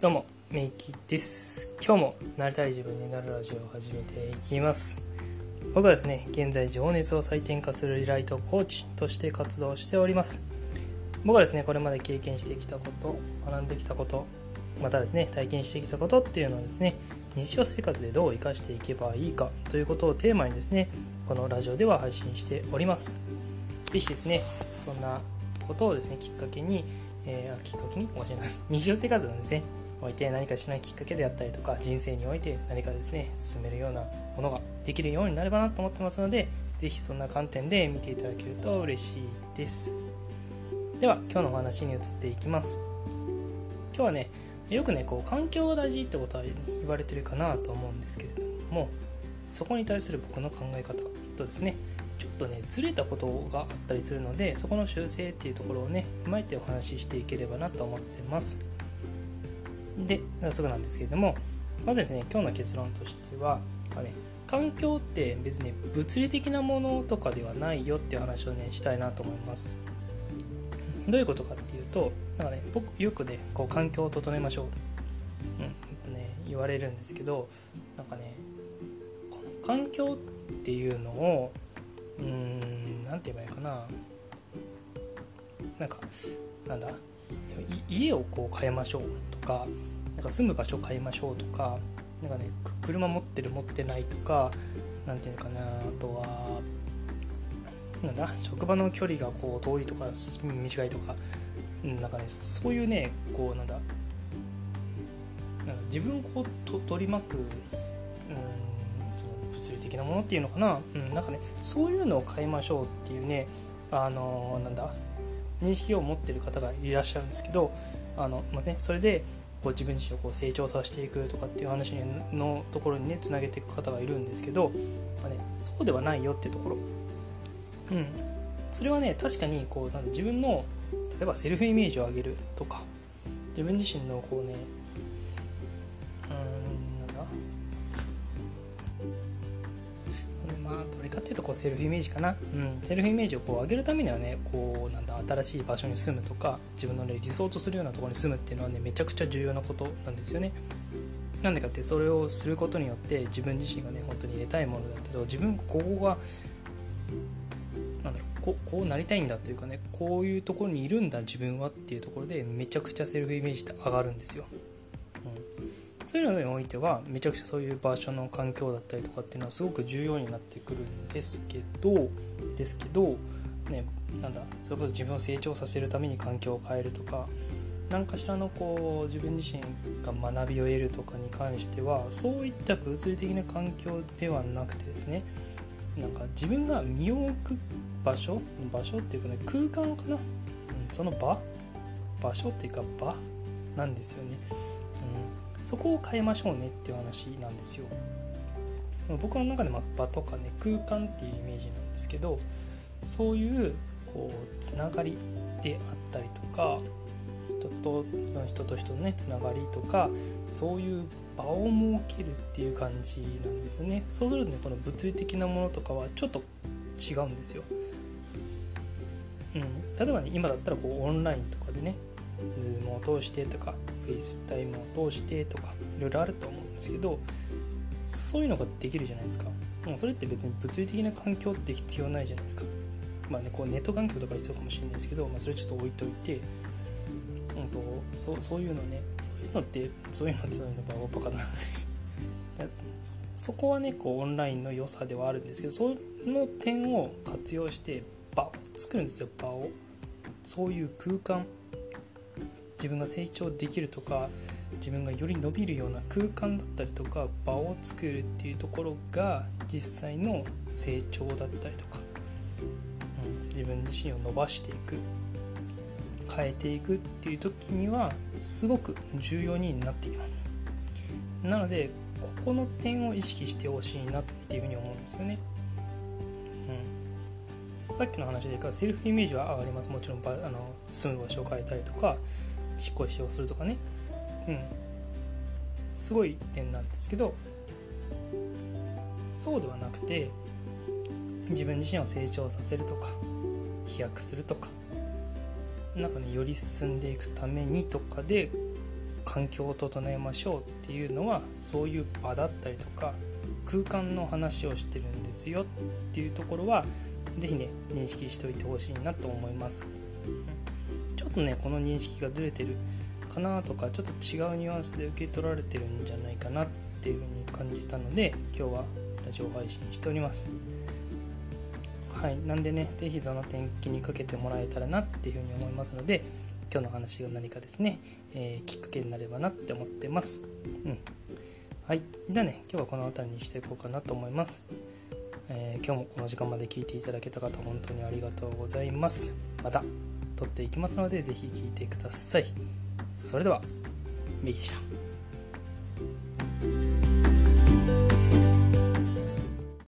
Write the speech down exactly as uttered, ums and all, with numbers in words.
どうもメイキです。今日もなりたい自分になるラジオを始めていきます。僕はですね、現在情熱を再転化するリライトコーチとして活動しております。僕はですね、これまで経験してきたこと、学んできたこと、またですね、体験してきたことっていうのをですね、日常生活でどう生かしていけばいいかということをテーマにですね、このラジオでは配信しております。ぜひですね、そんなことをですね、きっかけに、えー、きっかけに面白いな日常生活のですね、おいて何かしないきっかけであったりとか、人生において何かですね進めるようなものができるようになればなと思ってますので、ぜひそんな観点で見ていただけると嬉しいです。では今日のお話に移っていきます。今日はね、よくねこう環境が大事ってことは言われてるかなと思うんですけれども、そこに対する僕の考え方とですね、ちょっとねずれたことがあったりするので、そこの修正っていうところをね踏まえてお話ししていければなと思ってます。で、早速なんですけれども、まずですね、今日の結論としては、まあね、環境って別に物理的なものとかではないよっていう話をねしたいなと思います。どういうことかっていうと、なんかね、僕よくねこう環境を整えましょう、うんね、言われるんですけど、なんかねこの環境っていうのをうーんなんて言えばいいかな、なんかなんだ家をこう変えましょうとか、なんか住む場所変えましょうとか、なんかね車持ってる持ってないとか、なんていうのかな、あとはなんだ職場の距離がこう遠いとか短いとか、なんかねそういうねこうなんだなんか自分をこうと取り巻く、うん、その物理的なものっていうのかな、うん、なんかねそういうのを変えましょうっていうね、あのー、なんだ認識を持っている方がいらっしゃるんですけど、あの、まあね、それでこう自分自身をこう成長させていくとかっていう話のところにねつなげていく方がいるんですけど、まあね、そうではないよっていうところ、うん、それはね確かにこうなんで自分の例えばセルフイメージを上げるとか、自分自身のこうねうーんなんだまあ、どれかっていうとこうセルフイメージかな、うん、セルフイメージをこう上げるためにはね、こうなんだ新しい場所に住むとか、自分の、ね、理想とするようなところに住むっていうのはねめちゃくちゃ重要なことなんですよね。なんでかってそれをすることによって自分自身がね本当に得たいものだったり、自分ここがなんだろう こ, こうなりたいんだというかね、こういうところにいるんだ自分はっていうところでめちゃくちゃセルフイメージって上がるんですよ。うん、そういうのにおいてはめちゃくちゃそういう場所の環境だったりとかっていうのはすごく重要になってくるんですけどですけどね、なんだそれこそ自分を成長させるために環境を変えるとか、何かしらのこう自分自身が学びを得るとかに関してはそういった物理的な環境ではなくてですね、なんか自分が身を置く場所場所っていうかね空間かな、うん、その場場所っていうか場なんですよね。うん、そこを変えましょうねっていう話なんですよ。僕の中でも場とかね空間っていうイメージなんですけど、そういうこうつながりであったりとか、人と人と人のねつながりとか、そういう場を設けるっていう感じなんですよね。そうするとねこの物理的なものとかはちょっと違うんですよ。うん、例えばね今だったらこうオンラインとかでね Zoom を通してとか FaceTime を通してとかいろいろあると思うんですけど、そういうのができるじゃないですか。うん、それって別に物理的な環境って必要ないじゃないですか。まあねこうネット環境とか必要かもしれないですけど、まあ、それちょっと置いといて、うんと、そう、そういうのねそういうのってそういうのってそういうのバカなそ, そこはねこうオンラインの良さではあるんですけど、その点を活用して場を作るんですよ。場を、そういう空間、自分が成長できるとか自分がより伸びるような空間だったりとか場を作るっていうところが実際の成長だったりとか、うん、自分自身を伸ばしていく変えていくっていう時にはすごく重要になってきます。なのでここの点を意識してほしいなっていうふうに思うんですよね。うん、さっきの話でかセルフイメージは上がります。もちろんあの住む場所を変えたりとか引っ越しをするとかね、うん、すごい点なんですけど、そうではなくて自分自身を成長させるとか飛躍するとか、なんかねより進んでいくためにとかで環境を整えましょうっていうのはそういう場だったりとか空間の話をしてるんですよっていうところはぜひね認識しておいてほしいなと思います。ちょっとねこの認識がずれてるかなとかちょっと違うニュアンスで受け取られてるんじゃないかなっていうふうに感じたので今日はラジオ配信しております。はい、なんでねぜひその点気にかけてもらえたらなっていうふうに思いますので今日の話が何かですね、えー、きっかけになればなって思ってます。うんはい、ではね今日はこの辺りにしていこうかなと思います。えー、今日もこの時間まで聞いていただけた方本当にありがとうございます。また撮っていきますのでぜひ聞いてください。それではミキでした。